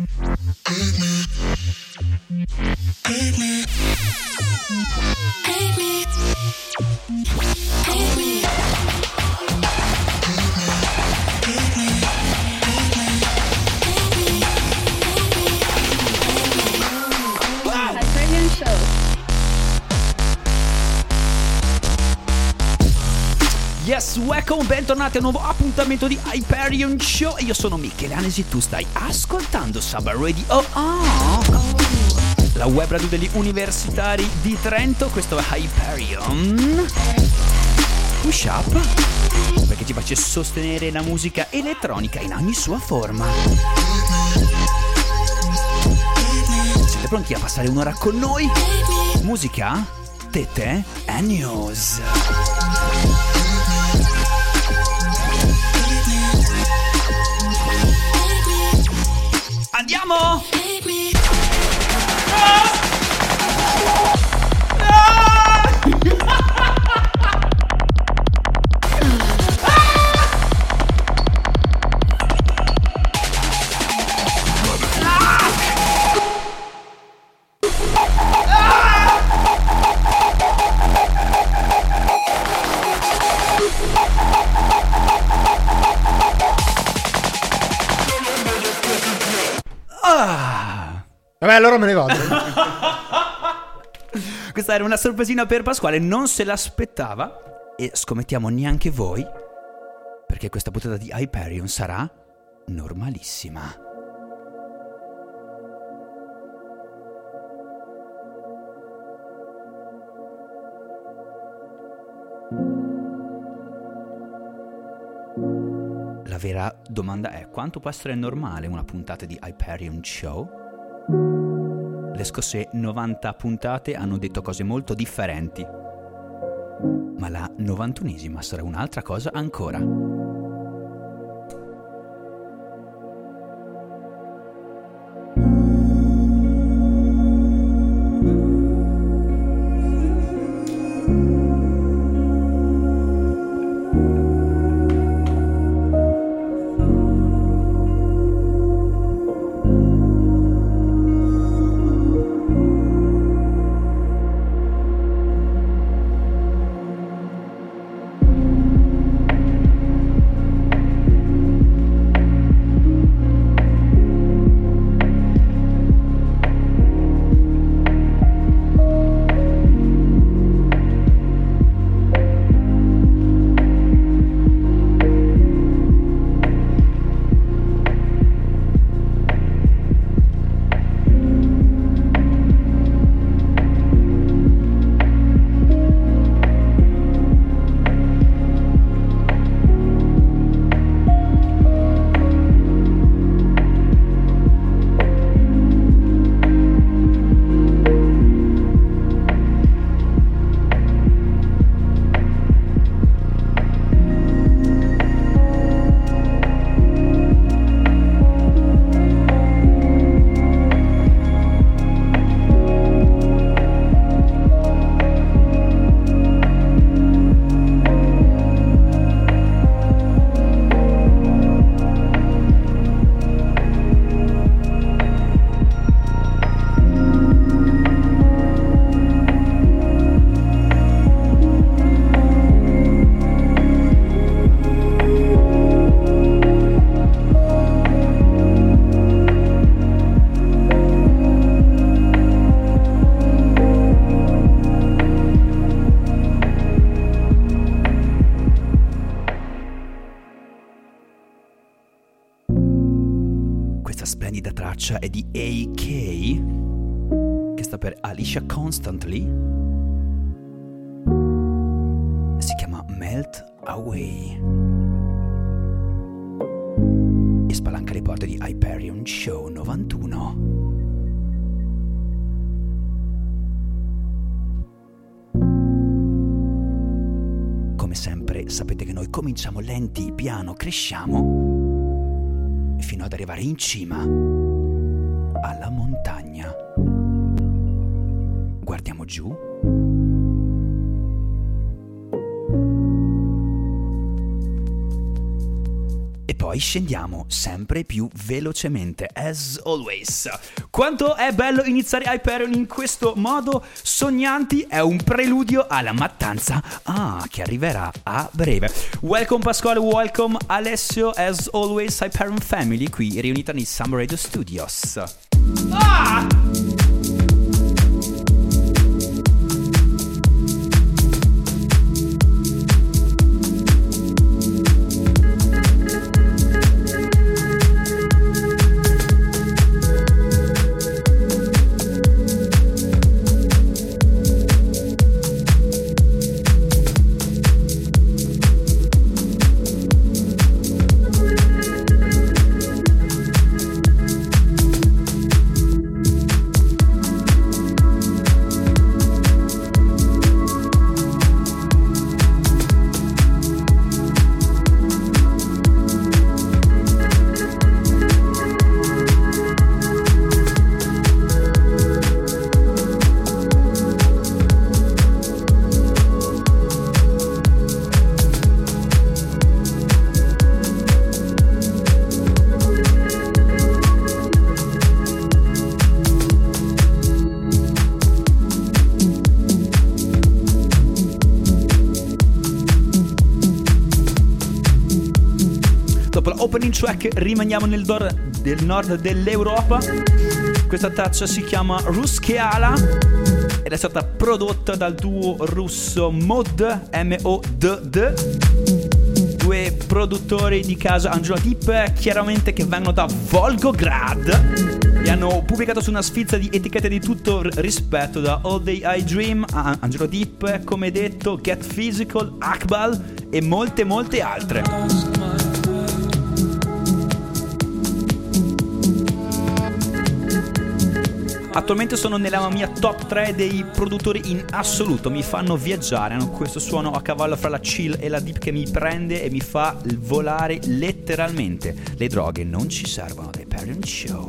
Yes, welcome, bentornati a un nuovo appuntamento di Hyperion Show. Io sono Michele Anesi, tu stai ascoltando Saba Radio, la web radio degli universitari di Trento. Questo è Hyperion Push Up, perché ci piace sostenere la musica elettronica in ogni sua forma. Siete pronti a passare un'ora con noi? Musica, tete e news. Andiamo! Vabbè, allora me ne vado. Questa era una sorpresina per Pasquale, non se l'aspettava. E scommettiamo neanche voi, perché questa puntata di Hyperion sarà normalissima. La vera domanda è: quanto può essere normale una puntata di Hyperion Show? Le scorse 90 puntate hanno detto cose molto differenti, ma la 91esima sarà un'altra cosa ancora. Splendida traccia è di AK, che sta per Alicia Constantly, si chiama Melt Away e spalanca le porte di Hyperion Show 91. Come sempre sapete che noi cominciamo lenti, piano, cresciamo fino ad arrivare in cima alla montagna. Guardiamo giù e poi poi scendiamo sempre più velocemente, as always. Quanto è bello iniziare Hyperion in questo modo, sognanti, è un preludio alla mattanza che arriverà a breve. Welcome Pasquale, welcome Alessio, as always Hyperion Family qui riunita nei Summer Radio Studios. Opening track rimaniamo nel nord dell'Europa. Questa traccia si chiama Ruskeala ed è stata prodotta dal duo russo Mod, M-O-D-D, due produttori di casa Angelo Deep, chiaramente che vengono da Volgograd e hanno pubblicato su una sfilza di etichette di tutto rispetto, da All Day I Dream a Angelo Deep, come detto, Get Physical, Akbal e molte altre. Attualmente sono nella mia top 3 dei produttori in assoluto, mi fanno viaggiare, hanno questo suono a cavallo fra la chill e la deep che mi prende e mi fa volare letteralmente. Le droghe non ci servono, The Hyperion Show.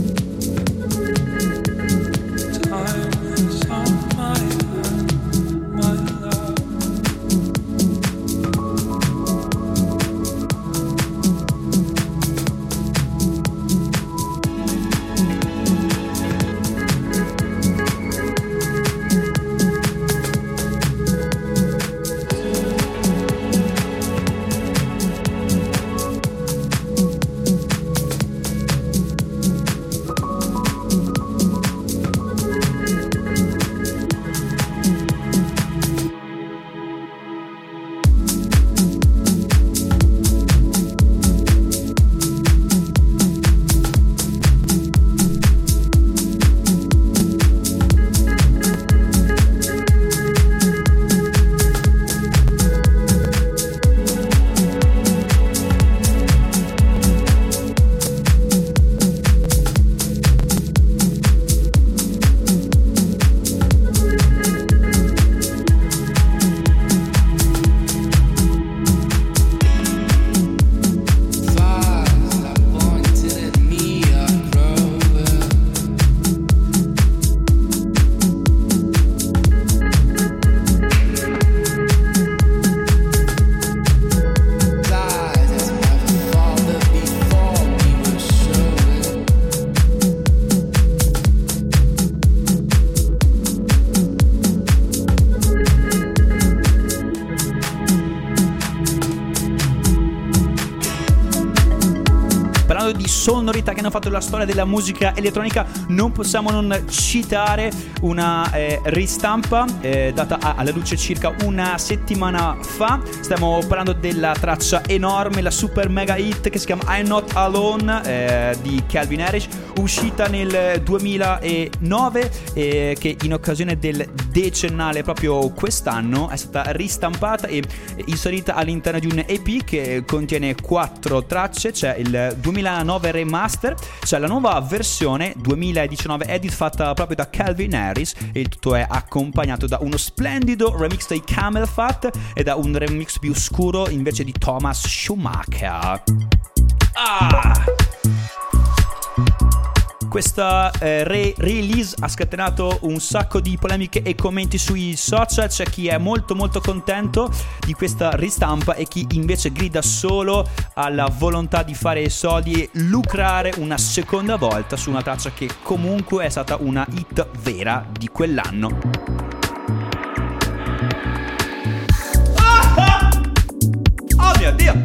Di sonorità che hanno fatto la storia della musica elettronica, non possiamo non citare una ristampa data alla luce circa una settimana fa. Stiamo parlando della traccia enorme, la super mega hit che si chiama I'm Not Alone di Calvin Harris, uscita nel 2009 che in occasione del decennale proprio quest'anno è stata ristampata e inserita all'interno di un EP che contiene 4 tracce. C'è il 2009 remaster, c'è la nuova versione 2019 edit fatta proprio da Calvin Harris e il tutto è accompagnato da uno splendido remix dei Camel Fat e da un remix più scuro invece di Thomas Schumacher. Questa release ha scatenato un sacco di polemiche e commenti sui social. C'è chi è molto molto contento di questa ristampa e chi invece grida solo alla volontà di fare soldi e lucrare una seconda volta su una traccia che comunque è stata una hit vera di quell'anno. Oh mio Dio!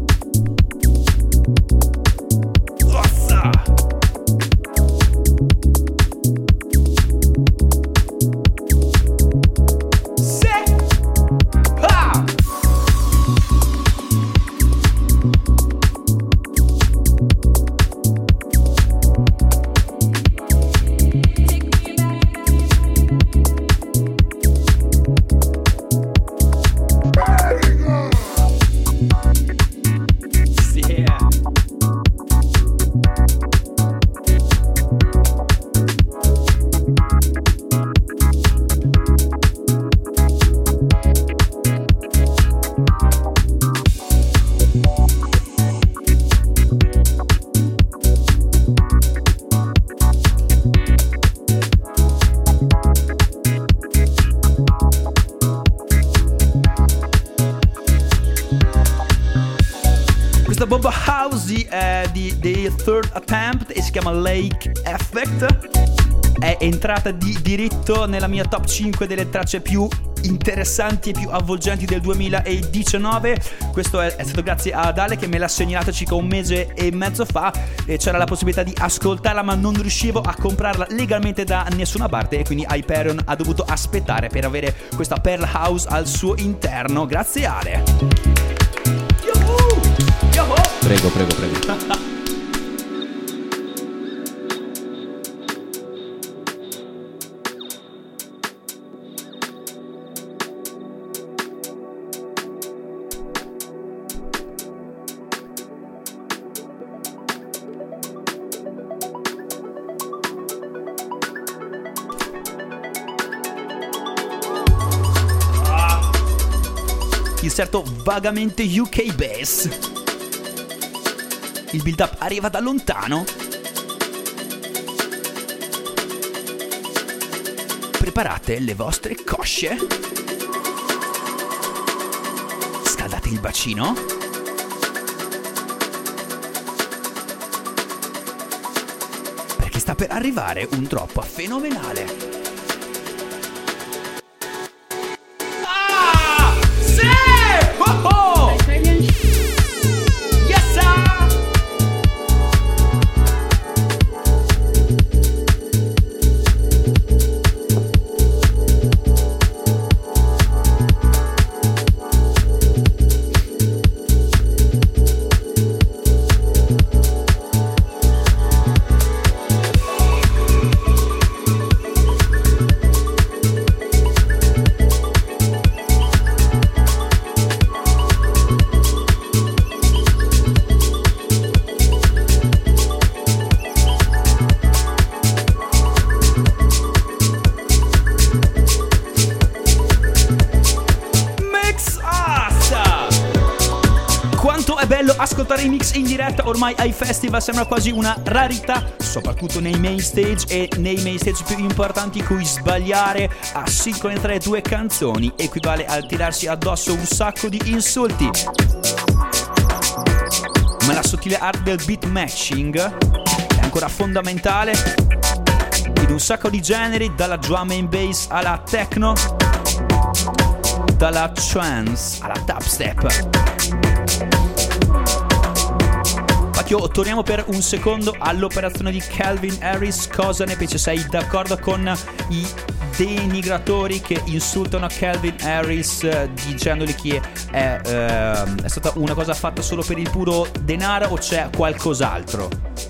Bomba House di Third Attempt e si chiama Lake Effect. È entrata di diritto nella mia top 5 delle tracce più interessanti e più avvolgenti del 2019. Questo è stato grazie ad Ale che me l'ha segnalato circa un mese e mezzo fa e c'era la possibilità di ascoltarla, ma non riuscivo a comprarla legalmente da nessuna parte e quindi Hyperion ha dovuto aspettare per avere questa Pearl House al suo interno. Grazie Ale. Prego. Inserto vagamente UK bass. Il build up arriva da lontano. Preparate le vostre cosce. Scaldate il bacino. Perché sta per arrivare un drop fenomenale. Ascoltare i mix in diretta ormai ai festival sembra quasi una rarità, soprattutto nei main stage e nei main stage più importanti in cui sbagliare a sincronizzare due canzoni equivale a tirarsi addosso un sacco di insulti. Ma la sottile arte del beat matching è ancora fondamentale in un sacco di generi, dalla drum and bass alla techno, dalla trance alla dubstep. Torniamo per un secondo all'operazione di Calvin Harris. Cosa ne pensi? Sei d'accordo con i denigratori che insultano Calvin Harris dicendogli che è stata una cosa fatta solo per il puro denaro o c'è qualcos'altro?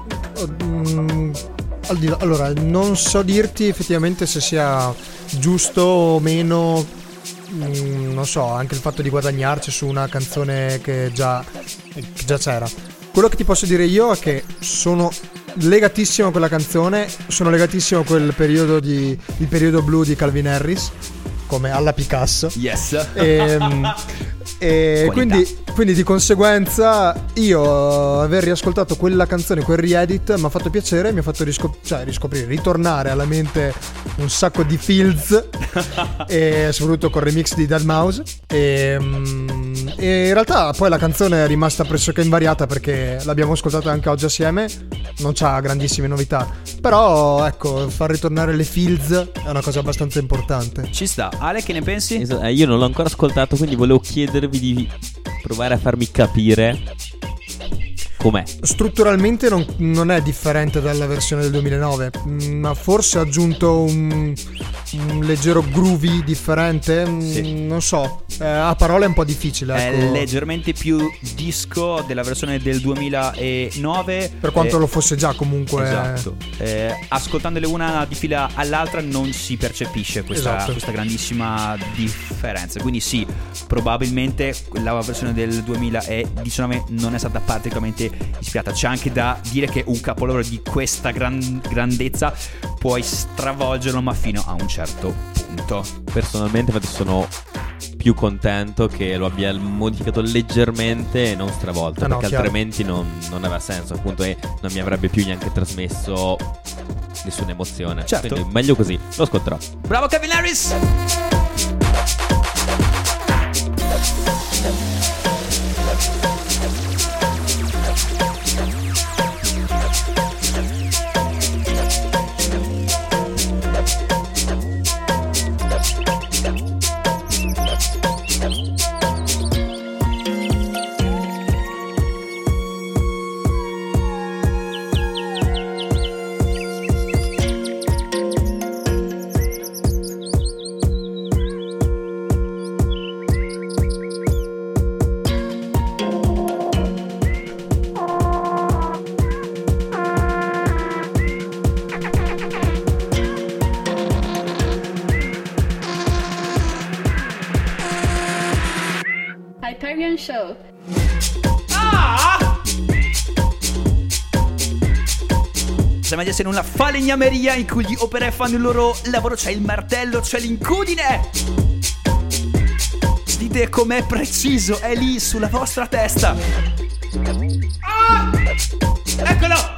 Allora, non so dirti effettivamente se sia giusto o meno. Non so, anche il fatto di guadagnarci su una canzone che già c'era. Quello che ti posso dire io è che sono legatissimo a quella canzone, sono legatissimo a quel periodo il periodo blu di Calvin Harris, come alla Picasso. Yes. E quindi di conseguenza io aver riascoltato quella canzone, quel re-edit, mi ha fatto piacere, mi ha fatto riscoprire, ritornare alla mente un sacco di feels e soprattutto col remix di Deadmau5 e in realtà poi la canzone è rimasta pressoché invariata perché l'abbiamo ascoltata anche oggi assieme, non c'ha grandissime novità, però ecco, far ritornare le feels è una cosa abbastanza importante. Ci sta. Ale, che ne pensi? Io non l'ho ancora ascoltato, quindi volevo chiedervi di provare a farmi capire com'è. Strutturalmente non è differente dalla versione del 2009, ma forse ha aggiunto un leggero groovy differente, sì. Non so, a parole è un po' difficile, ecco. È leggermente più disco della versione del 2009, per quanto lo fosse già comunque. Esatto. Ascoltandole una di fila all'altra non si percepisce questa grandissima differenza, quindi sì, probabilmente la versione del 2019 non è stata particolarmente ispirata. C'è anche da dire che un capolavoro di questa grandezza puoi stravolgerlo, ma fino a un certo punto. Personalmente infatti sono più contento che lo abbia modificato leggermente e non stravolto, perché altrimenti non aveva senso, appunto, e non mi avrebbe più neanche trasmesso nessuna emozione. Certo. Quindi meglio così, lo ascolterò. Bravo Calvin Harris! Hyperion Show. Sembra di essere una falegnameria in cui gli operai fanno il loro lavoro. C'è il martello, c'è l'incudine. Dite com'è preciso, è lì sulla vostra testa. Eccolo!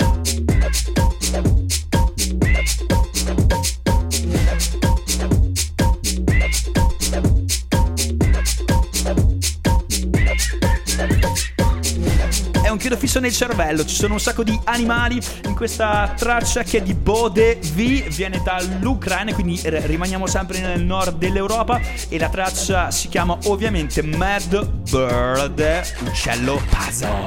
Un chiodo fisso nel cervello. Ci sono un sacco di animali in questa traccia che è di Bode V, viene dall'Ucraina, quindi rimaniamo sempre nel nord dell'Europa, e la traccia si chiama ovviamente Mad Bird, uccello pazzo.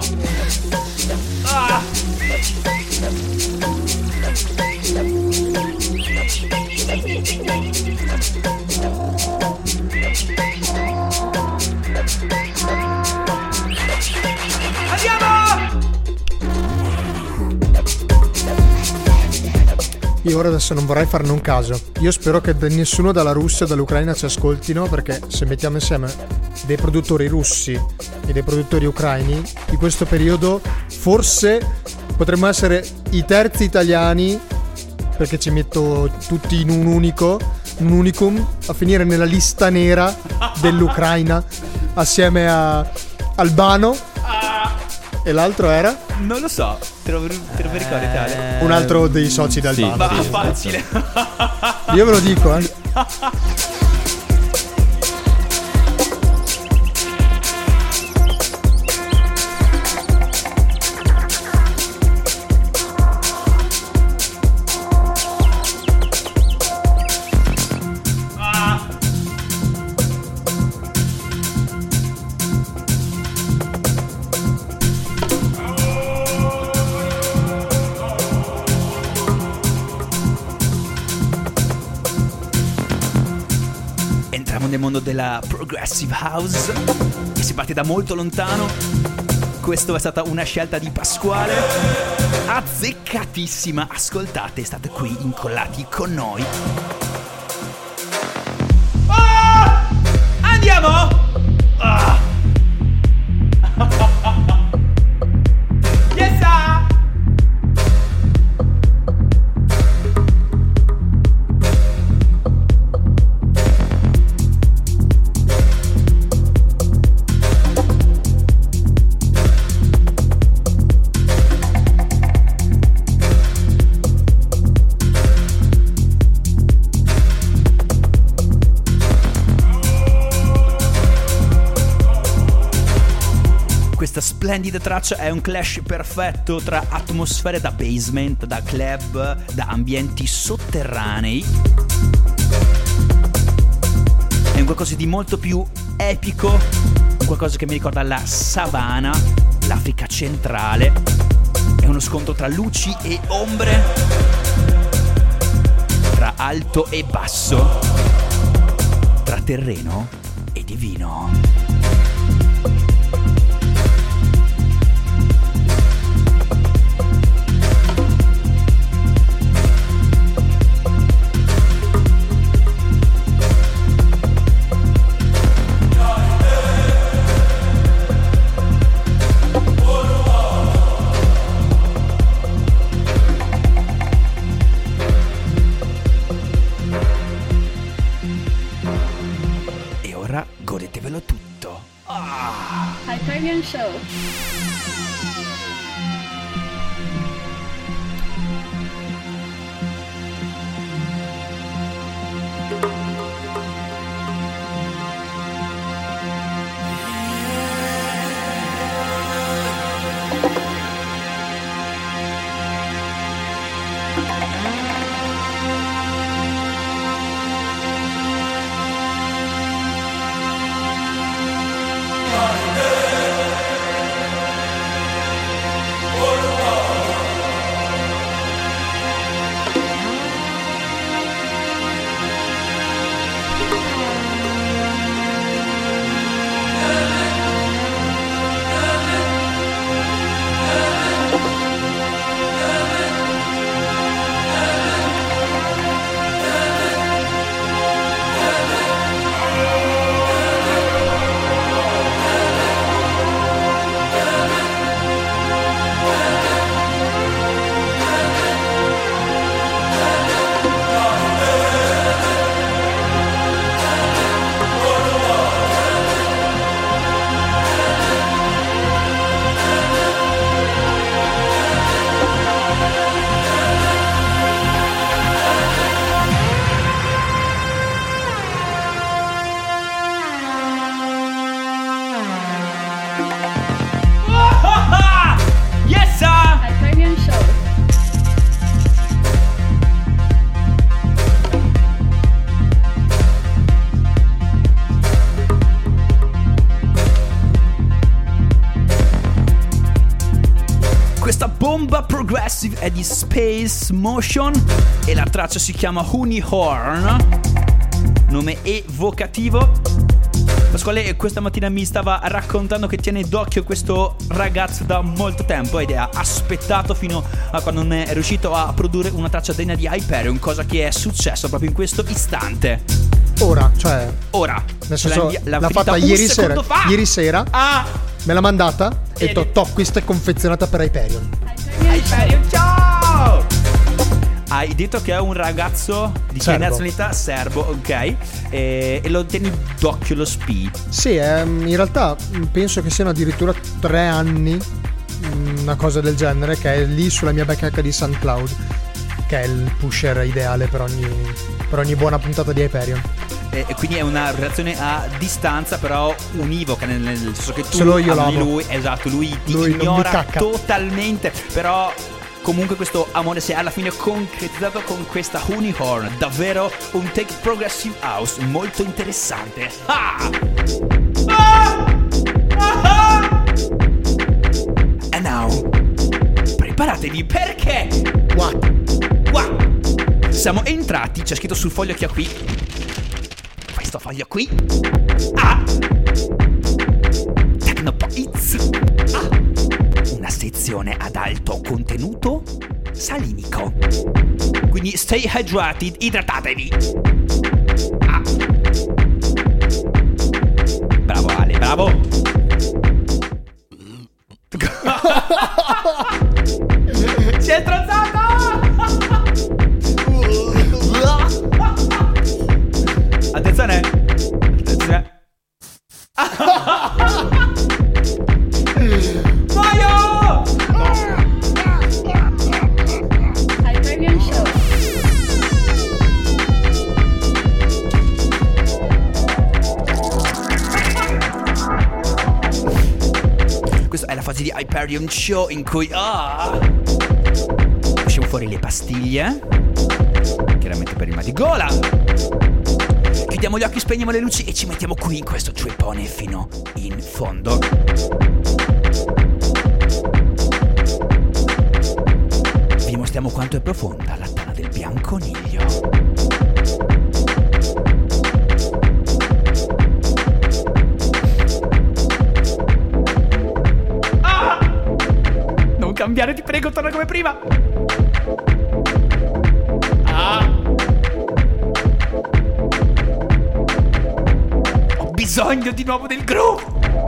Io ora adesso non vorrei farne un caso. Io spero che nessuno dalla Russia o dall'Ucraina ci ascoltino, perché se mettiamo insieme dei produttori russi e dei produttori ucraini di questo periodo, forse potremmo essere i terzi italiani, perché ci metto tutti in un unicum, a finire nella lista nera dell'Ucraina assieme a Albano. E l'altro era? Non lo so, te lo ricordi, Tale? Un altro dei soci del bar. Ma facile. Io ve lo dico, nel mondo della Progressive House e si parte da molto lontano. Questa è stata una scelta di Pasquale azzeccatissima. Ascoltate, state qui incollati con noi. Andiamo! splendida traccia, è un clash perfetto tra atmosfere da basement, da club, da ambienti sotterranei. È un qualcosa di molto più epico, un qualcosa che mi ricorda la savana, l'Africa centrale. È uno scontro tra luci e ombre, tra alto e basso, tra terreno e divino. Godetevelo tutto. Hyperion Show. Bomba progressive è di Space Motion e la traccia si chiama Honeyhorn, nome evocativo. Pasquale questa mattina mi stava raccontando che tiene d'occhio questo ragazzo da molto tempo ed ha aspettato fino a quando non è riuscito a produrre una traccia degna di Hyperion, cosa che è successo proprio in questo istante. Ora, cioè ora, nel senso, l'ha fatta ieri sera. Me l'ha mandata e questa è confezionata per Hyperion. Hyperion, ciao! Hai detto che è un ragazzo di che nazionalità? Serbo, ok. E lo tieni d'occhio lo SPI? Sì, in realtà penso che siano addirittura 3 anni, una cosa del genere, che è lì sulla mia backpack di SoundCloud, che è il pusher ideale per ogni buona puntata di Hyperion. E quindi è una relazione a distanza, però univoca, nel senso che tu solo io ami lui, esatto, lui ti ignora totalmente, però comunque questo amore si è alla fine concretizzato con questa Honeyhorn, davvero un take progressive house molto interessante. And now preparatevi perché siamo entrati, c'è scritto sul foglio che ho qui, questo foglio qui, Technopoids, una sezione ad alto contenuto salinico, quindi stay hydrated, idratatevi. Bravo Ale, bravo. Si è strozzato. Attenzione. Mario! Hyperion Show. Hyperion Show, in cui usciamo fuori le pastiglie, chiaramente per il mal di gola, chiudiamo gli occhi, spegniamo le luci e ci mettiamo qui in questo tripone fino in fondo. Vi dimostriamo quanto è profonda la tana del bianconiglio. Non cambiare, ti prego, torna come prima. Ho bisogno di nuovo del groove.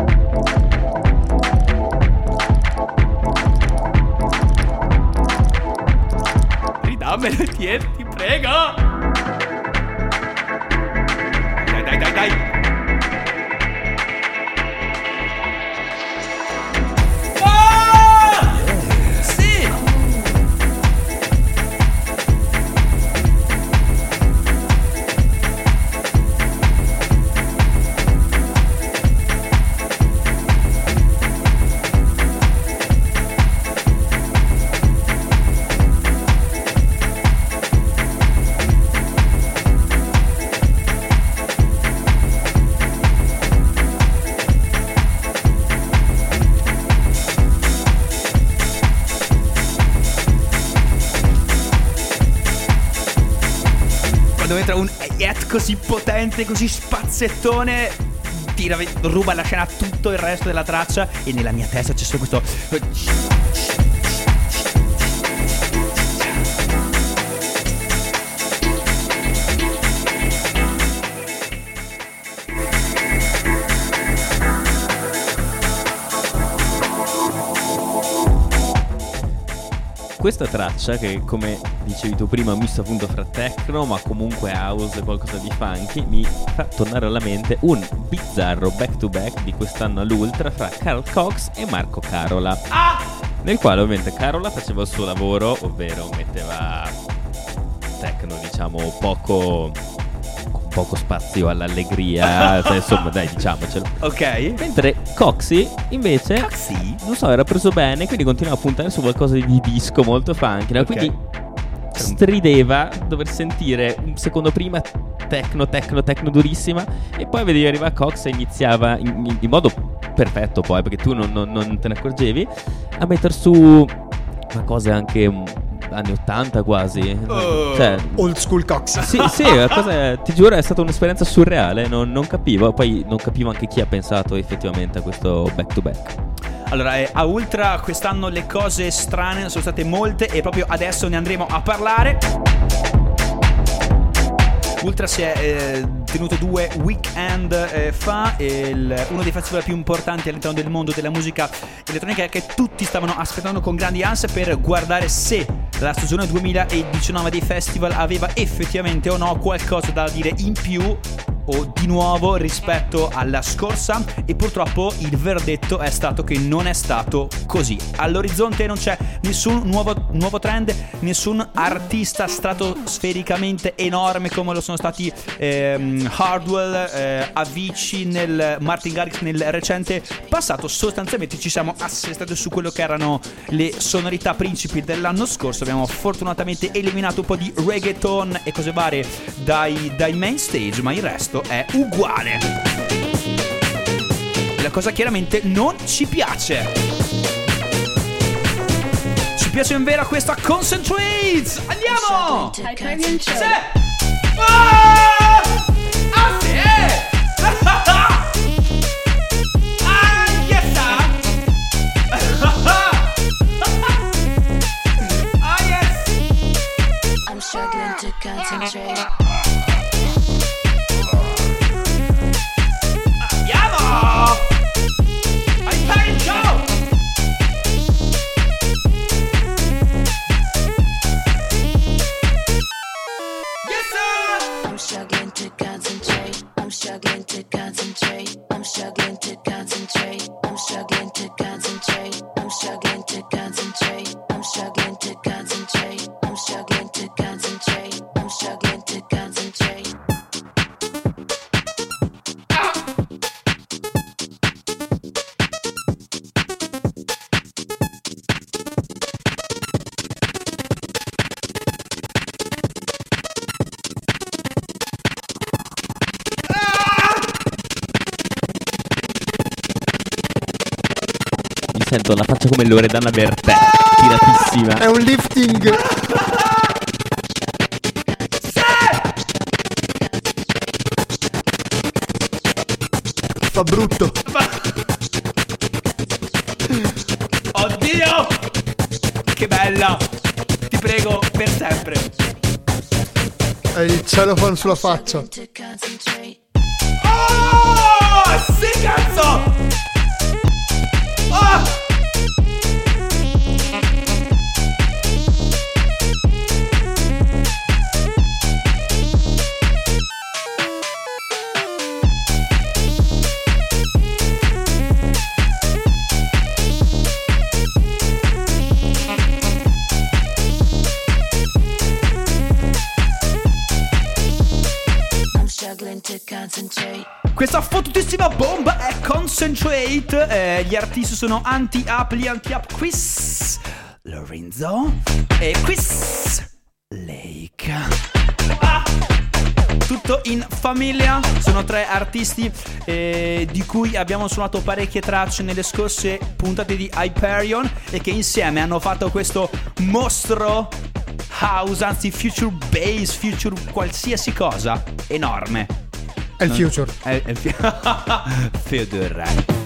Ridammelo, ti prego. Dai. Entra un Yet così potente, così spazzettone, ruba la scena a tutto il resto della traccia, e nella mia testa c'è solo questo. Questa traccia, che come dicevi tu prima, misto appunto fra techno ma comunque house e qualcosa di funky, mi fa tornare alla mente un bizzarro back to back di quest'anno all'Ultra fra Carl Cox e Marco Carola, nel quale ovviamente Carola faceva il suo lavoro, ovvero metteva techno, diciamo, poco spazio all'allegria, cioè, insomma, dai, diciamocelo. Ok. Mentre Coxy invece non so, era preso bene, quindi continuava a puntare su qualcosa di disco molto funky, no? Quindi strideva dover sentire un secondo prima techno durissima, e poi vedevi arrivare Cox e iniziava in modo perfetto, poi, perché tu non te ne accorgevi, a metter su una cosa anche anni 80 quasi, cioè old school Cox. Sì, la cosa, ti giuro, è stata un'esperienza surreale. Non capivo, poi non capivo anche chi ha pensato effettivamente a questo back to back. Allora, a Ultra quest'anno le cose strane sono state molte, e proprio adesso ne andremo a parlare. Ultra si è tenuto 2 weekend fa, uno dei festival più importanti all'interno del mondo della musica elettronica, che tutti stavano aspettando con grandi ansie per guardare se la stagione 2019 dei festival aveva effettivamente o no qualcosa da dire in più o di nuovo rispetto alla scorsa, e purtroppo il verdetto è stato che non è stato così. All'orizzonte non c'è nessun nuovo trend, nessun artista stratosfericamente enorme come lo sono stati Hardwell, Avicii, Martin Garrix nel recente passato. Sostanzialmente ci siamo assestati su quello che erano le sonorità principi dell'anno scorso. Abbiamo fortunatamente eliminato un po' di reggaeton e cose varie dai main stage, ma il resto è uguale. La cosa chiaramente non ci piace. Ci piace in vera questa Concentrate. Andiamo! Hyperion Show. I'm struggling to concentrate. I'm struggling to concentrate. sento la faccia come Loredana Bertè, tiratissima. È un lifting. Fa brutto. Oddio! Che bella! Ti prego, per sempre. Hai il cellophane sulla faccia. To concentrate. Oh! Sì, cazzo! Oh! Questa fottutissima bomba è Concentrate. Gli artisti sono Anti-Up, gli Anti-Up, Chris Lorenzo e Chris Lake. Tutto in famiglia. Sono 3 artisti di cui abbiamo suonato parecchie tracce nelle scorse puntate di Hyperion e che insieme hanno fatto questo mostro house, anzi future bass, future qualsiasi cosa enorme. È il future. È il future.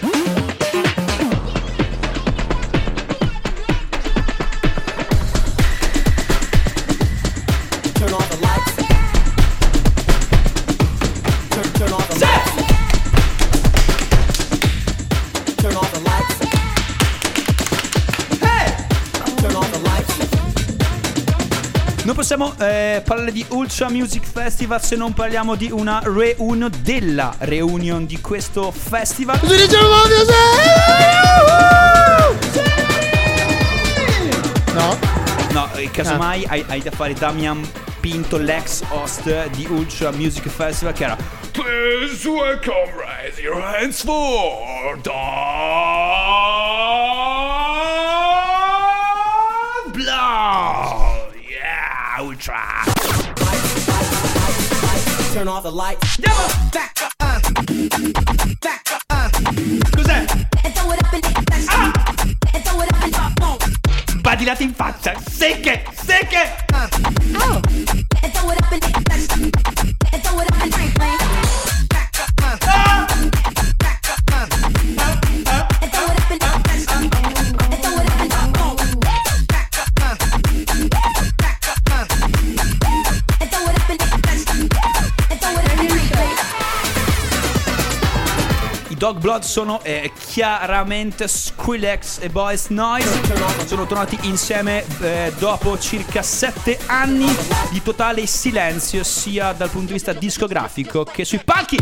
Non possiamo parlare di Ultra Music Festival se non parliamo di una reunion, della reunion di questo festival. No? No, casomai hai da fare Damian Pinto, l'ex host di Ultra Music Festival, che era Please welcome, raise your hands for Don Blood. Ultra. Turn off the lights. Cos'è? Badilate in faccia. Secche. Dog Blood sono chiaramente Skrillex e Boys Noise. Sono tornati insieme dopo circa 7 anni di totale silenzio, sia dal punto di vista discografico che sui palchi.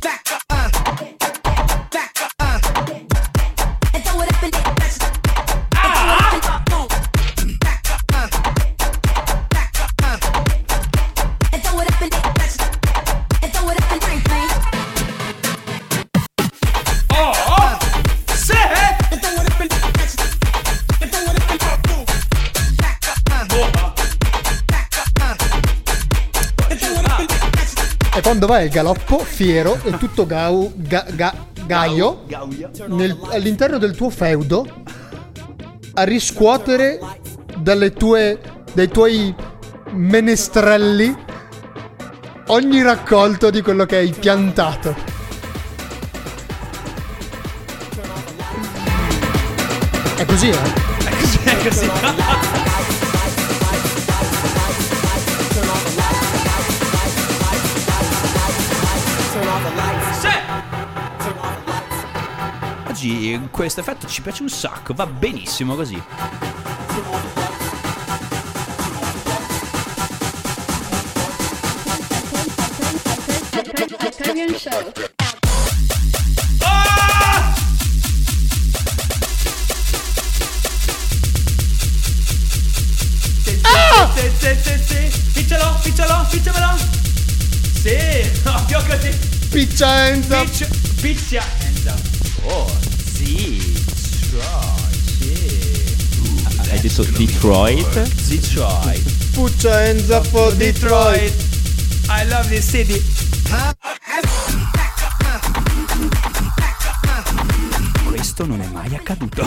E quando vai al galoppo, fiero e tutto gaio all'interno del tuo feudo a riscuotere dai tuoi menestrelli ogni raccolto di quello che hai piantato. È così, È così. Oggi questo effetto ci piace un sacco, va benissimo così. Hyperion Show. Picciamelo. Sì, proprio così. Picciaenza. Picciaenza. Oh, sì. Hai detto Detroit? Detroit. Picciaenza for Detroit. I love this city. questo non è mai accaduto.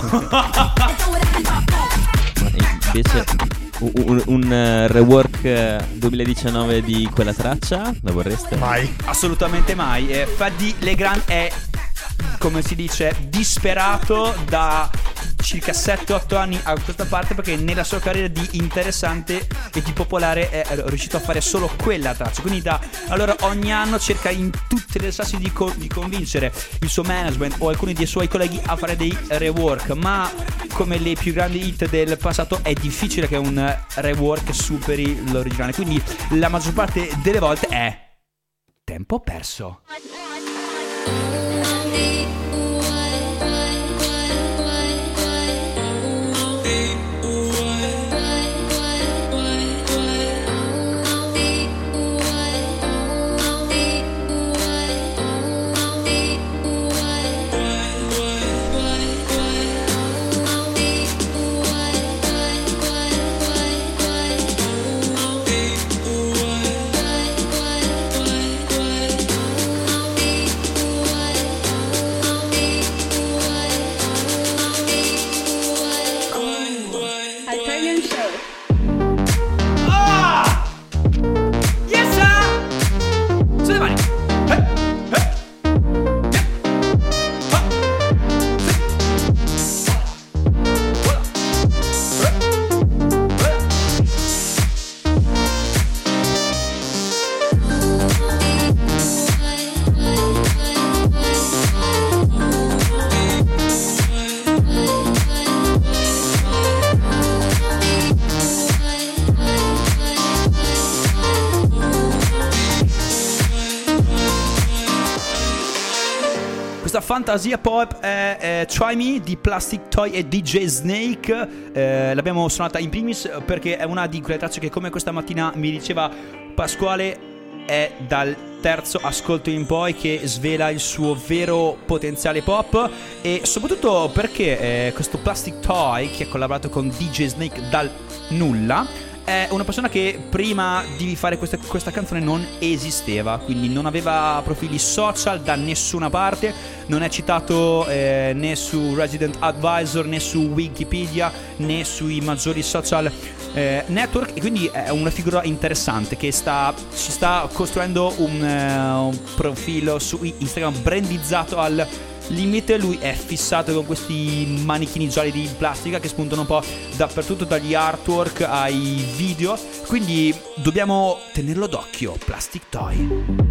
Invece un rework 2019 di quella traccia la vorreste? Mai. Assolutamente mai. Fadi Legrand è, come si dice, disperato da circa 7-8 anni a questa parte, perché nella sua carriera di interessante e di popolare è riuscito a fare solo quella traccia. Quindi allora ogni anno cerca in tutte le salse di convincere il suo management o alcuni dei suoi colleghi a fare dei rework, ma come le più grandi hit del passato è difficile che un rework superi l'originale, quindi la maggior parte delle volte è tempo perso. Fantasia pop è Try Me di Plastic Toy e DJ Snake. L'abbiamo suonata in primis perché è una di quelle tracce che, come questa mattina mi diceva Pasquale, è dal terzo ascolto in poi che svela il suo vero potenziale pop, e soprattutto perché questo Plastic Toy, che ha collaborato con DJ Snake dal nulla, è una persona che prima di fare questa canzone non esisteva, quindi non aveva profili social da nessuna parte, non è citato né su Resident Advisor né su Wikipedia né sui maggiori social network, e quindi è una figura interessante che si sta costruendo un profilo su Instagram brandizzato al limite. Lui è fissato con questi manichini gialli di plastica che spuntano un po' dappertutto, dagli artwork ai video, quindi dobbiamo tenerlo d'occhio. Plastic Toy.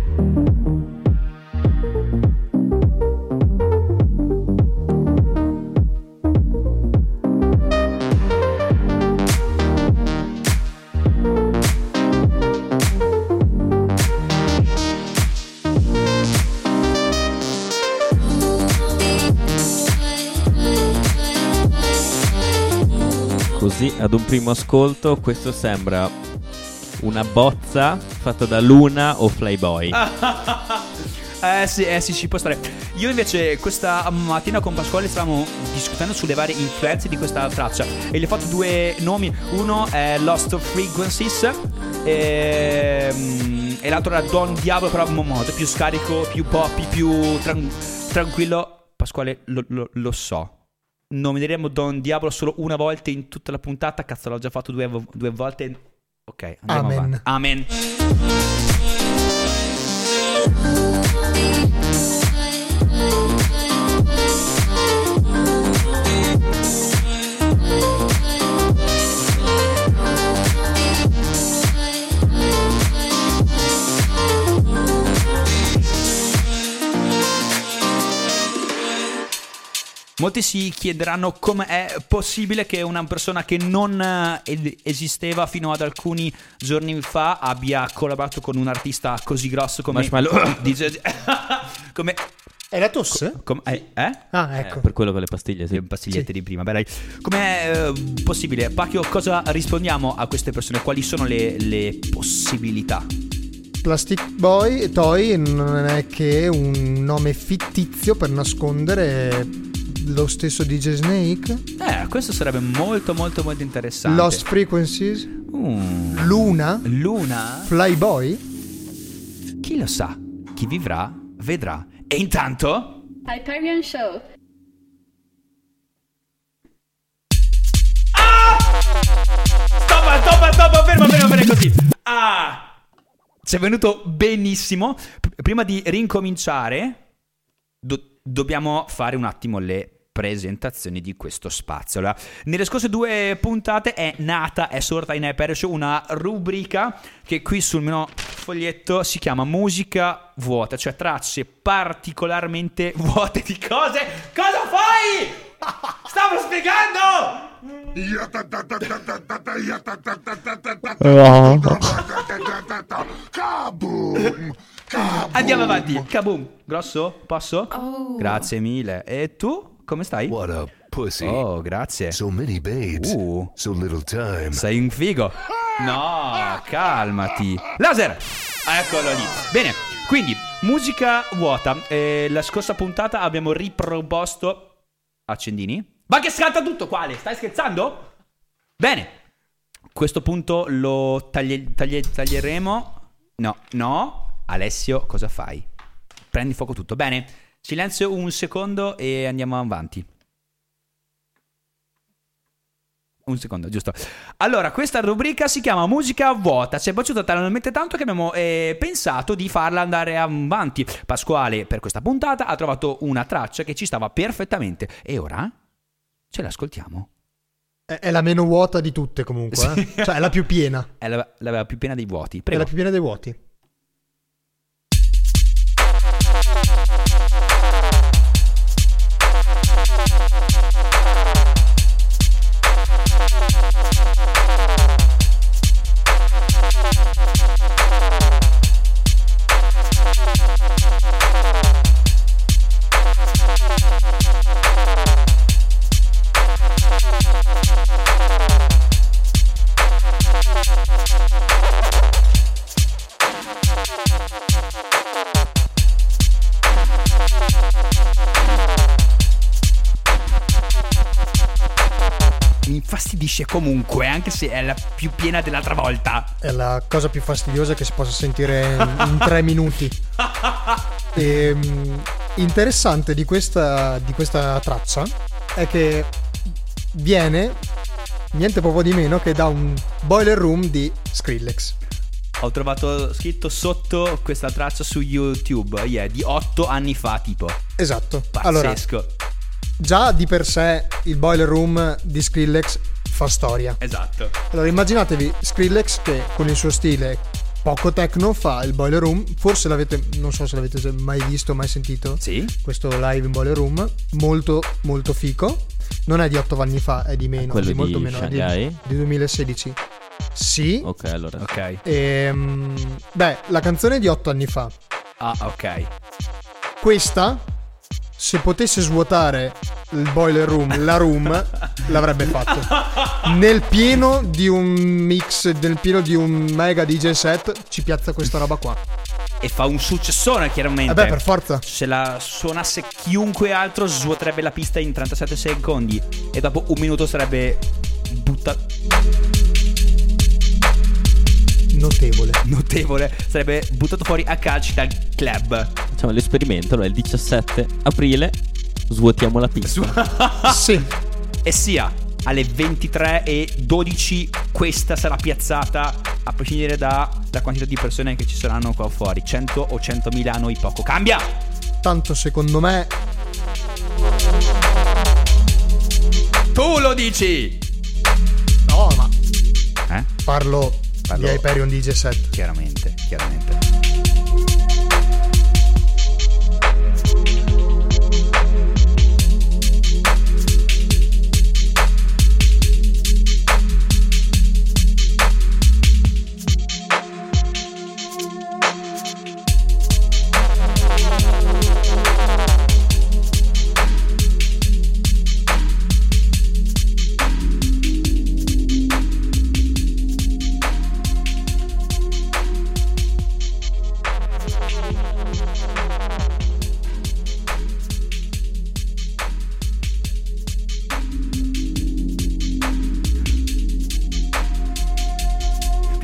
Così ad un primo ascolto questo sembra una bozza fatta da Luna o Flyboy. Sì, ci può stare. Io invece questa mattina con Pasquale stavamo discutendo sulle varie influenze di questa traccia e gli ho fatto due nomi. Uno è Lost Frequencies e l'altro era Don Diablo, però molto più scarico, più poppy, più tranquillo. Pasquale, lo so. Nomineremo Don Diablo solo una volta in tutta la puntata. Cazzo, l'ho già fatto due volte. Ok, andiamo avanti. Amen. Molti si chiederanno come è possibile che una persona che non esisteva fino ad alcuni giorni fa abbia collaborato con un artista così grosso come Marshmallow. come È la tosse? Ah, ecco. Per quello con le pastiglie, sì. Le pastigliette di prima. Beh, dai. Com'è possibile? Pacchio, cosa rispondiamo a queste persone? Quali sono le possibilità? Plastic Boy Toy non è che un nome fittizio per nascondere lo stesso DJ Snake? Questo sarebbe molto molto molto interessante. Lost Frequencies? Luna? Flyboy? Chi lo sa? Chi vivrà vedrà. E intanto Hyperion Show. Stop, fermo così. Ci è venuto benissimo. Prima di rincominciare dobbiamo fare un attimo le presentazioni di questo spazio. Allora, nelle scorse 2 puntate è sorta in Hyperion Show una rubrica che qui sul mio foglietto si chiama musica vuota, cioè tracce particolarmente vuote di cose. Cosa fai? Stavo spiegando! Andiamo avanti. Kaboom. Grosso? Posso? Oh. Grazie mille. E tu? Come stai? What a pussy. Oh, grazie. So many babes. So little time. Sei un figo. No, calmati. Laser! Eccolo lì. Bene, quindi, musica vuota. La scorsa puntata abbiamo riproposto... Accendini? Ma che scatta tutto? Quale? Stai scherzando? Bene. Questo punto lo taglieremo. No. Alessio, cosa fai? Prendi fuoco tutto. Bene. Silenzio un secondo e andiamo avanti. Un secondo, giusto. Allora, questa rubrica si chiama Musica Vuota. Ci è piaciuta talmente tanto che abbiamo pensato di farla andare avanti. Pasquale, per questa puntata, ha trovato una traccia che ci stava perfettamente. E ora ce l'ascoltiamo. È la meno vuota di tutte comunque. Sì. Cioè è la più piena. È la più piena dei vuoti. È Prego. la più piena dei vuoti. Mi infastidisce comunque, anche se è la più piena dell'altra volta. È la cosa più fastidiosa che si possa sentire in 3 minuti. Interessante di questa traccia è che viene niente proprio di meno che da un Boiler Room di Skrillex. Ho trovato scritto sotto questa traccia su YouTube, di 8 anni fa tipo. Esatto. Pazzesco. Allora, già di per sé il Boiler Room di Skrillex fa storia. Esatto. Allora immaginatevi Skrillex che con il suo stile poco techno fa il Boiler Room. Forse non so se l'avete mai visto, mai sentito. Sì. Questo live in Boiler Room, molto molto fico. Non è di 8 anni fa, è di meno, quello di molto di meno, è Shanghai? di 2016. Sì. Ok, allora. Ok. La canzone è di 8 anni fa. Ah, ok. Questa, se potesse svuotare il Boiler Room, la room, l'avrebbe fatto. Nel pieno di un mix, nel pieno di un mega DJ set, ci piazza questa roba qua. E fa un successone, chiaramente. Per forza. Se la suonasse chiunque altro, svuoterebbe la pista in 37 secondi. E dopo un minuto sarebbe notevole. Sarebbe buttato fuori a calci dal club. Facciamo l'esperimento, allora il 17 aprile svuotiamo la pista. Sì. E sia alle 23:12 questa sarà piazzata, a prescindere dalla quantità di persone che ci saranno qua fuori. 100 o 100.000 a noi poco cambia. Tanto secondo me Tu lo dici. no, ma Parlo di Hyperion DJ set. Chiaramente.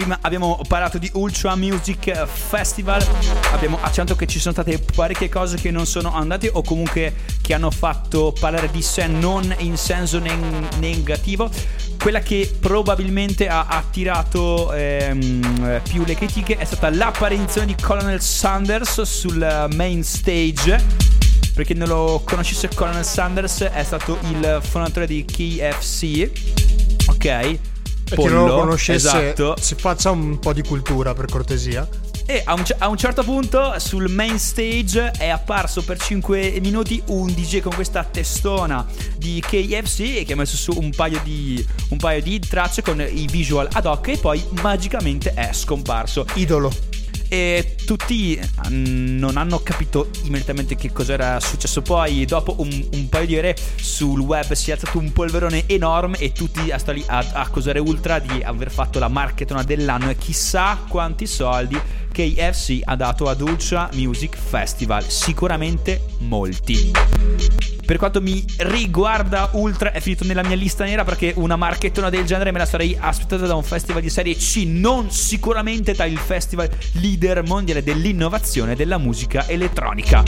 Prima abbiamo parlato di Ultra Music Festival, abbiamo accennato che ci sono state parecchie cose che non sono andate o comunque che hanno fatto parlare di sé non in senso negativo. Quella che probabilmente ha attirato più le critiche è stata l'apparizione di Colonel Sanders sul main stage. Per chi non lo conoscesse, Colonel Sanders è stato il fondatore di KFC, ok? Per chi non lo conoscesse, esatto. Si faccia un po' di cultura, per cortesia. E a un certo punto sul main stage è apparso per 5 minuti un DJ con questa testona di KFC che ha messo su un paio di tracce con i visual ad hoc e poi magicamente è scomparso. Idolo. E tutti non hanno capito immediatamente che cos'era successo. Poi dopo un paio di ore sul web si è alzato un polverone enorme e tutti a stare lì a accusare Ultra di aver fatto la marketona dell'anno e chissà quanti soldi KFC ha dato ad Ultra Music Festival. Sicuramente molti. Per quanto mi riguarda, Ultra è finito nella mia lista nera perché una marchettona del genere me la sarei aspettata da un festival di serie C, non sicuramente da il festival leader mondiale dell'innovazione della musica elettronica.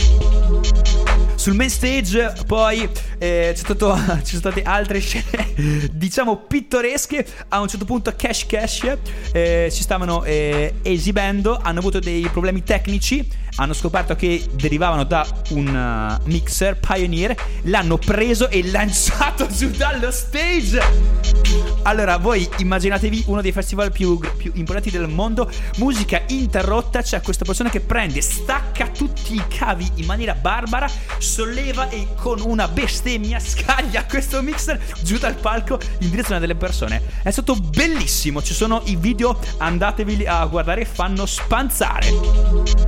Sul main stage poi ci sono state altre scene diciamo pittoresche. A un certo punto Cash si stavano esibendo, hanno avuto dei problemi tecnici, hanno scoperto che derivavano da un mixer Pioneer, l'hanno preso e lanciato giù dallo stage. Allora voi immaginatevi uno dei festival più importanti del mondo, musica interrotta, c'è questa persona che prende, stacca tutti i cavi in maniera barbara, solleva e con una bestemmia scaglia questo mixer giù dal palco in direzione delle persone. È stato bellissimo, ci sono i video, andatevi a guardare, fanno spanzare.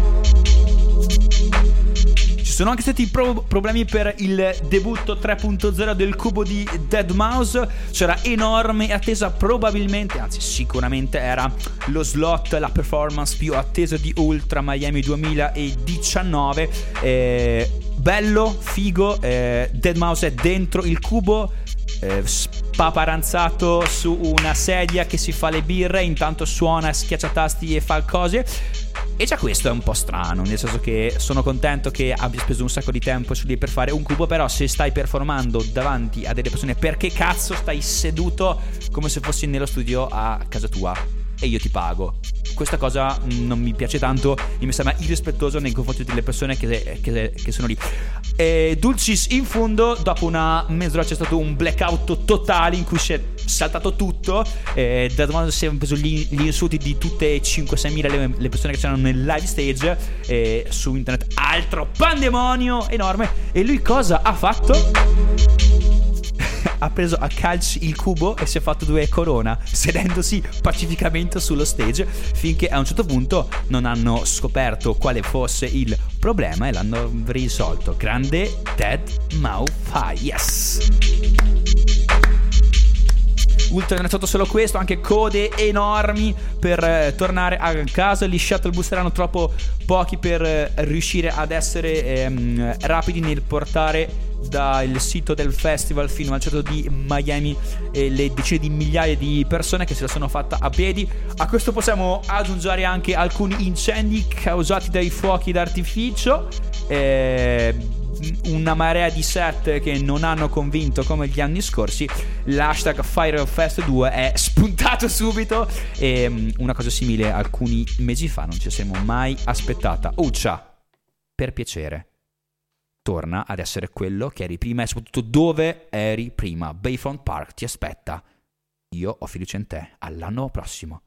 Ci sono anche stati problemi per il debutto 3.0 del cubo di Deadmau5. C'era enorme attesa, probabilmente, anzi sicuramente era lo slot, la performance più attesa di Ultra Miami 2019. Bello, figo, Deadmau5 è dentro il cubo, spaparanzato su una sedia che si fa le birre, intanto suona, schiaccia tasti e fa cose. E già questo è un po' strano, nel senso che sono contento che abbia speso un sacco di tempo su lì per fare un cubo, però se stai performando davanti a delle persone, perché cazzo stai seduto come se fossi nello studio a casa tua e io ti pago? Questa cosa non mi piace tanto e mi sembra irrispettoso nei confronti delle persone che sono lì. Dulcis in fondo, dopo una mezz'ora c'è stato un blackout totale in cui si è saltato tutto. Da domani si è preso gli insulti di tutte 5-6 mila le persone che c'erano nel live stage su internet. Altro pandemonio enorme. E lui cosa ha fatto? Ha preso a calci il cubo e si è fatto 2 corona, sedendosi pacificamente sullo stage, finché a un certo punto non hanno scoperto quale fosse il problema e l'hanno risolto. Grande Deadmau5, yes! Ultra non è stato solo questo, anche code enormi per tornare a casa. Gli shuttle bus erano troppo pochi per riuscire ad essere rapidi nel portare dal sito del festival fino al centro di Miami le decine di migliaia di persone che se la sono fatta a piedi. A questo possiamo aggiungere anche alcuni incendi causati dai fuochi d'artificio, una marea di set che non hanno convinto come gli anni scorsi. L'hashtag FireFest 2 è spuntato subito e una cosa simile alcuni mesi fa non ci siamo mai aspettata. Uccia, per piacere, torna ad essere quello che eri prima e soprattutto dove eri prima. Bayfront Park ti aspetta. Io ho fiducia in te. All'anno prossimo.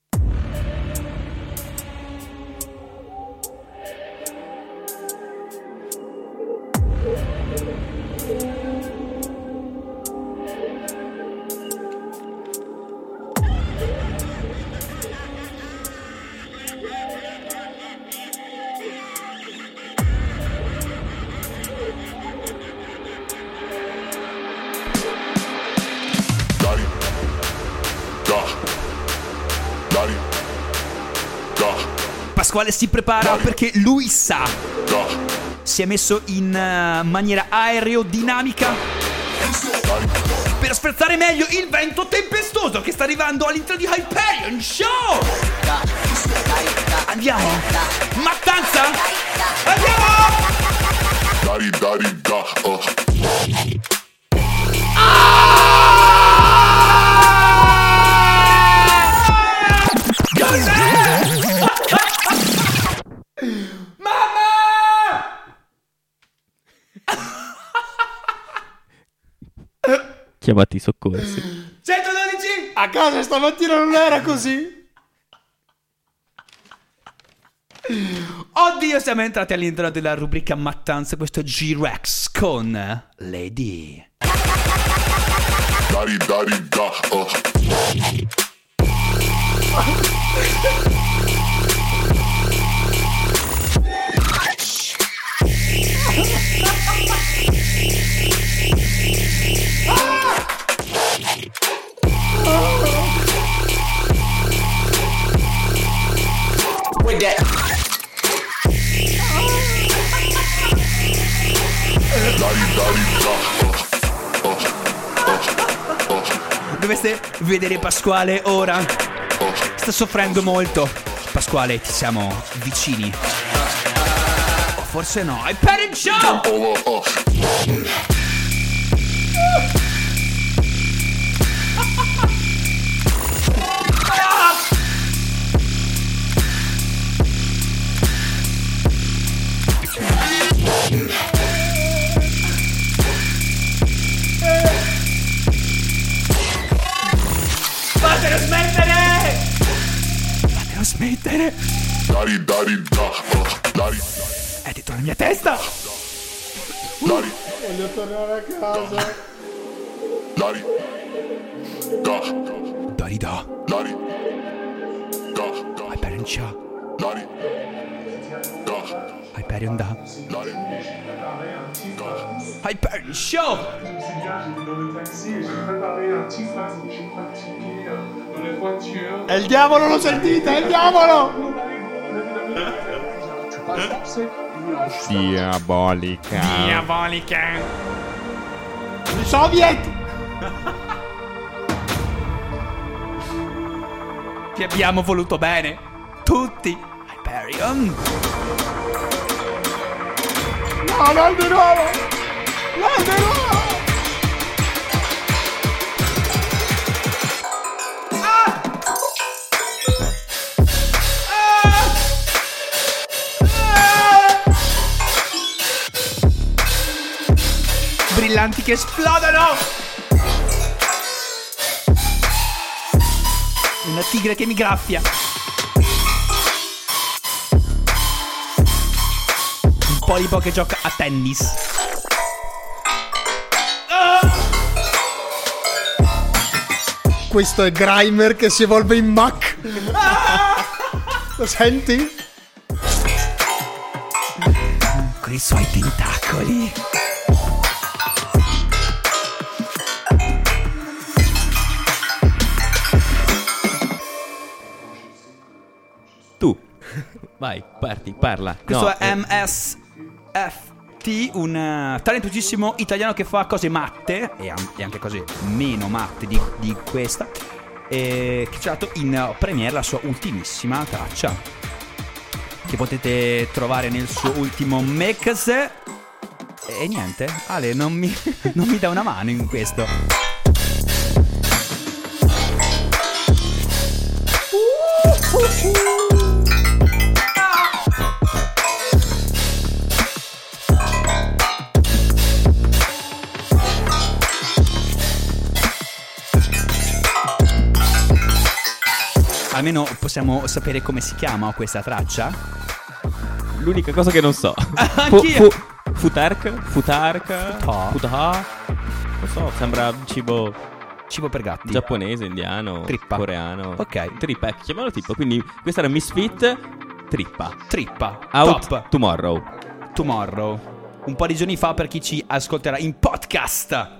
Pasquale si prepara perché lui sa. Si è messo in maniera aerodinamica. per sfruttare meglio il vento tempestoso che sta arrivando all'interno di Hyperion Show. Andiamo. Mattanza. Andiamo. Chiamati i soccorsi. 112. A casa stamattina non era così. Oddio, siamo entrati all'interno della rubrica Mattanza. Questo è G-Rex con Lady. Dovreste vedere Pasquale ora. Sta soffrendo molto. Pasquale, ti siamo vicini. O forse no. Hyperion Show! Fatelo smettere! Fatelo smettere! È dentro la mia testa! Voglio tornare a casa. Dari da! Hyperion Show! Hyperion da! Hyperion Show! È il diavolo, lo sentite? È il diavolo! Diabolica. I soviet! Ti abbiamo voluto bene! Tutti! Hyperion! No, non di nuovo! Non di nuovo! Brillanti che esplodono! Una tigre che mi graffia. Un polipo che gioca a tennis. Questo è Grimer che si evolve in Mach. Lo senti? Con i suoi tentacoli. Tu. Vai, parla. Questo No, è MSFT, un talentosissimo italiano che fa cose matte e anche cose meno matte di questa, e che ci ha dato in premiere la sua ultimissima traccia, che potete trovare nel suo ultimo mix. E niente, Ale non mi dà una mano in questo. Almeno possiamo sapere come si chiama questa traccia? l'unica cosa che non so. Anch'io. Futark? Futar? Non so, sembra cibo per gatti. giapponese, indiano, Trippa. coreano. Ok. Trippa, chiamalo trippa. Quindi questa era Misfit, trippa. Out Top. Tomorrow. Un po' di giorni fa, per chi ci ascolterà in podcast.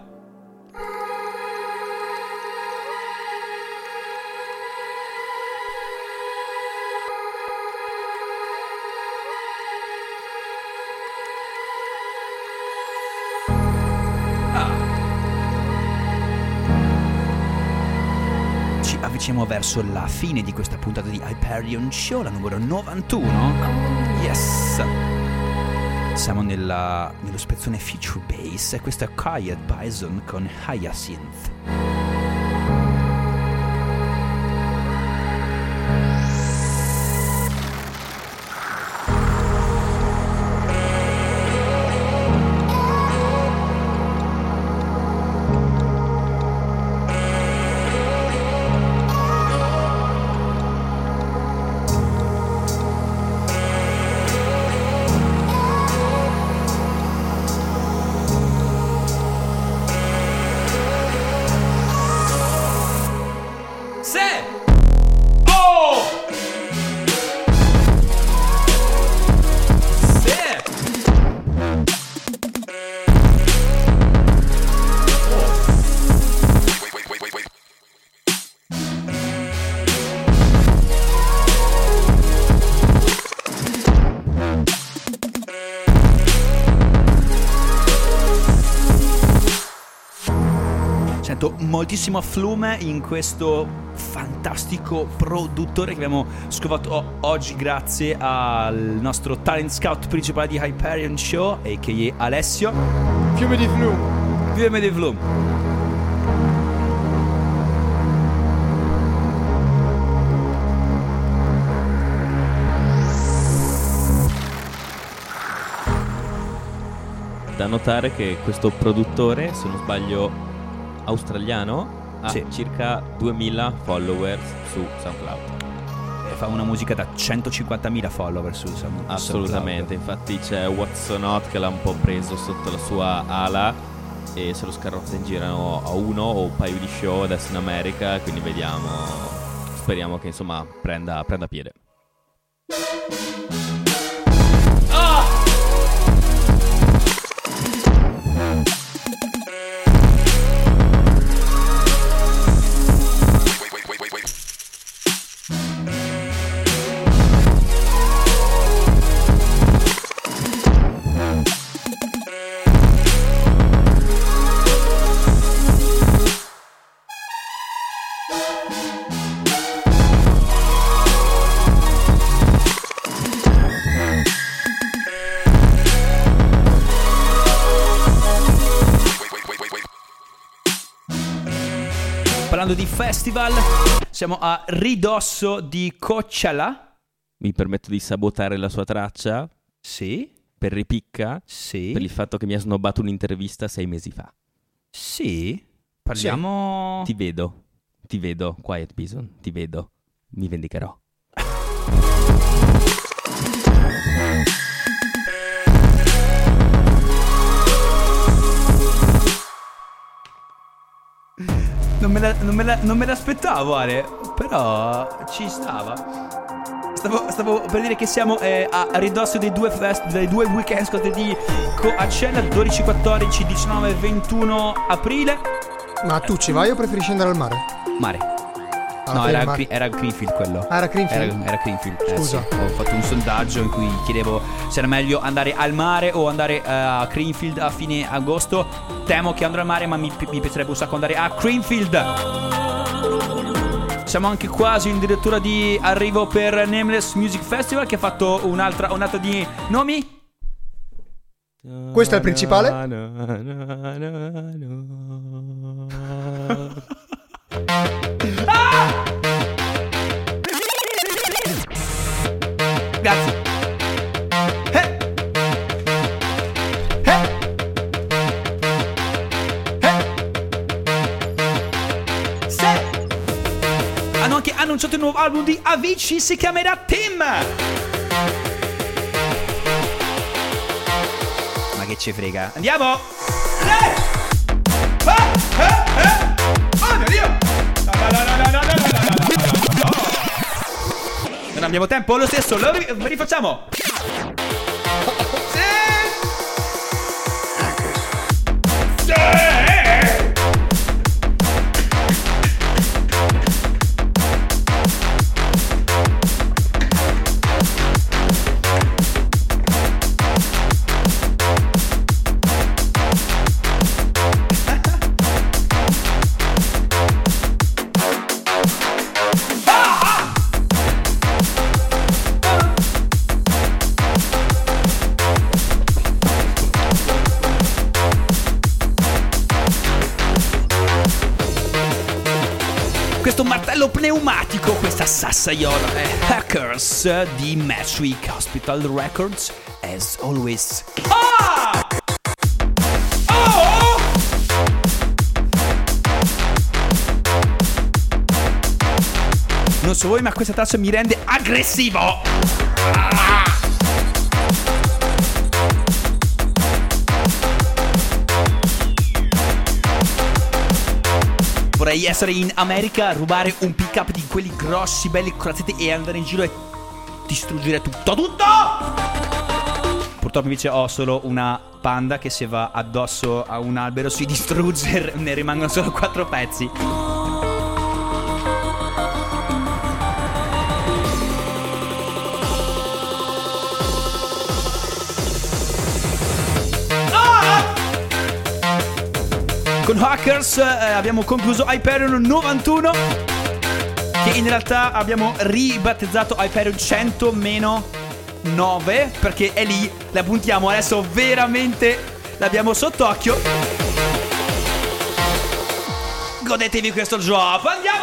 avviciniamo verso la fine di questa puntata di Hyperion Show, la numero 91. Yes! Siamo nello spezzone Future Bass e questa è Quiet Bison con Hyacinth. Moltissimo afflume in questo fantastico produttore che abbiamo scovato oggi grazie al nostro talent scout principale di Hyperion Show, a.k.a. Alessio. Fiume di flume. Fiume di flume. Da notare che questo produttore, se non sbaglio australiano, ha circa 2000 followers su SoundCloud. E fa una musica da 150.000 follower su SoundCloud. Assolutamente, infatti c'è What's So Not che l'ha un po' preso sotto la sua ala e se lo scarrozza in giro a uno o un paio di show adesso in America, quindi vediamo, speriamo che insomma prenda piede. Parlando di festival, siamo a ridosso di Coachella. Mi permetto di sabotare la sua traccia? Sì. Per ripicca? Sì. Per il fatto che mi ha snobbato un'intervista 6 mesi fa. Sì. Parliamo... Ti vedo, Quiet Bison, ti vedo. Mi vendicherò. Non me l'aspettavo, Ale, però ci stava. Stavo per dire che siamo a ridosso dei due weekend di Coachella, 12, 14, 19 e 21 aprile. Ma tu ci vai o preferisci andare al mare? Mare. No, era Greenfield quello. Ah, era Greenfield? Era Greenfield. Scusa. Sì. Ho fatto un sondaggio in cui chiedevo se era meglio andare al mare o andare a Greenfield a fine agosto. Temo che andrò al mare, ma mi piacerebbe un sacco andare a Greenfield. Siamo anche quasi in direttura di arrivo per Nameless Music Festival, che ha fatto un'altra di nomi. Questo è il principale. Grazie. Hanno anche annunciato il nuovo album di Avicii, si chiamerà Tim. Ma che ci frega? Andiamo! Oh mio Dio! Non abbiamo tempo, lo stesso, lo rifacciamo! coltello pneumatico, questa sassaiola è Hackers di Matchwick Hospital Records, as always. Ah! Oh! Non so voi, ma questa traccia mi rende aggressivo. Ah! Vorrei essere in America, rubare un pick up di quelli grossi, belli, corazzati e andare in giro e distruggere tutto. Purtroppo invece ho solo una panda che se va addosso a un albero si distrugge, ne rimangono solo 4 pezzi. Con Hackers abbiamo concluso Hyperion 91, che in realtà abbiamo ribattezzato Hyperion 100-9, perché è lì, la puntiamo adesso veramente, l'abbiamo sott'occhio. Godetevi questo gioco, andiamo!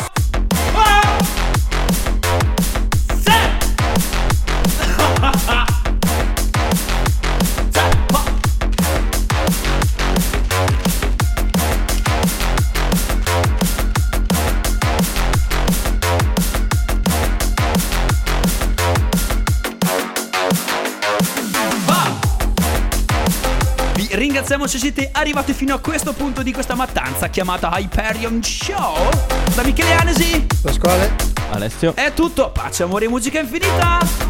Ringraziamo se siete arrivati fino a questo punto di questa mattanza chiamata Hyperion Show. Da Michele Anesi, Pasquale, Alessio. è tutto, pace, amore e musica infinita.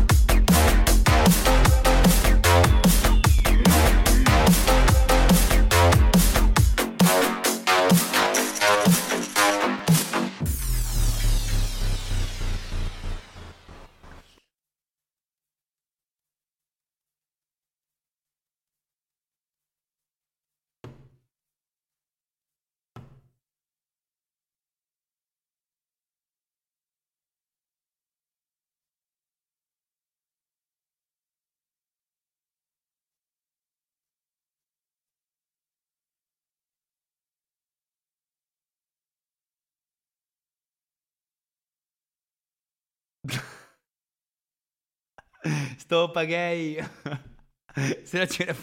Sto gay. Se no ce ne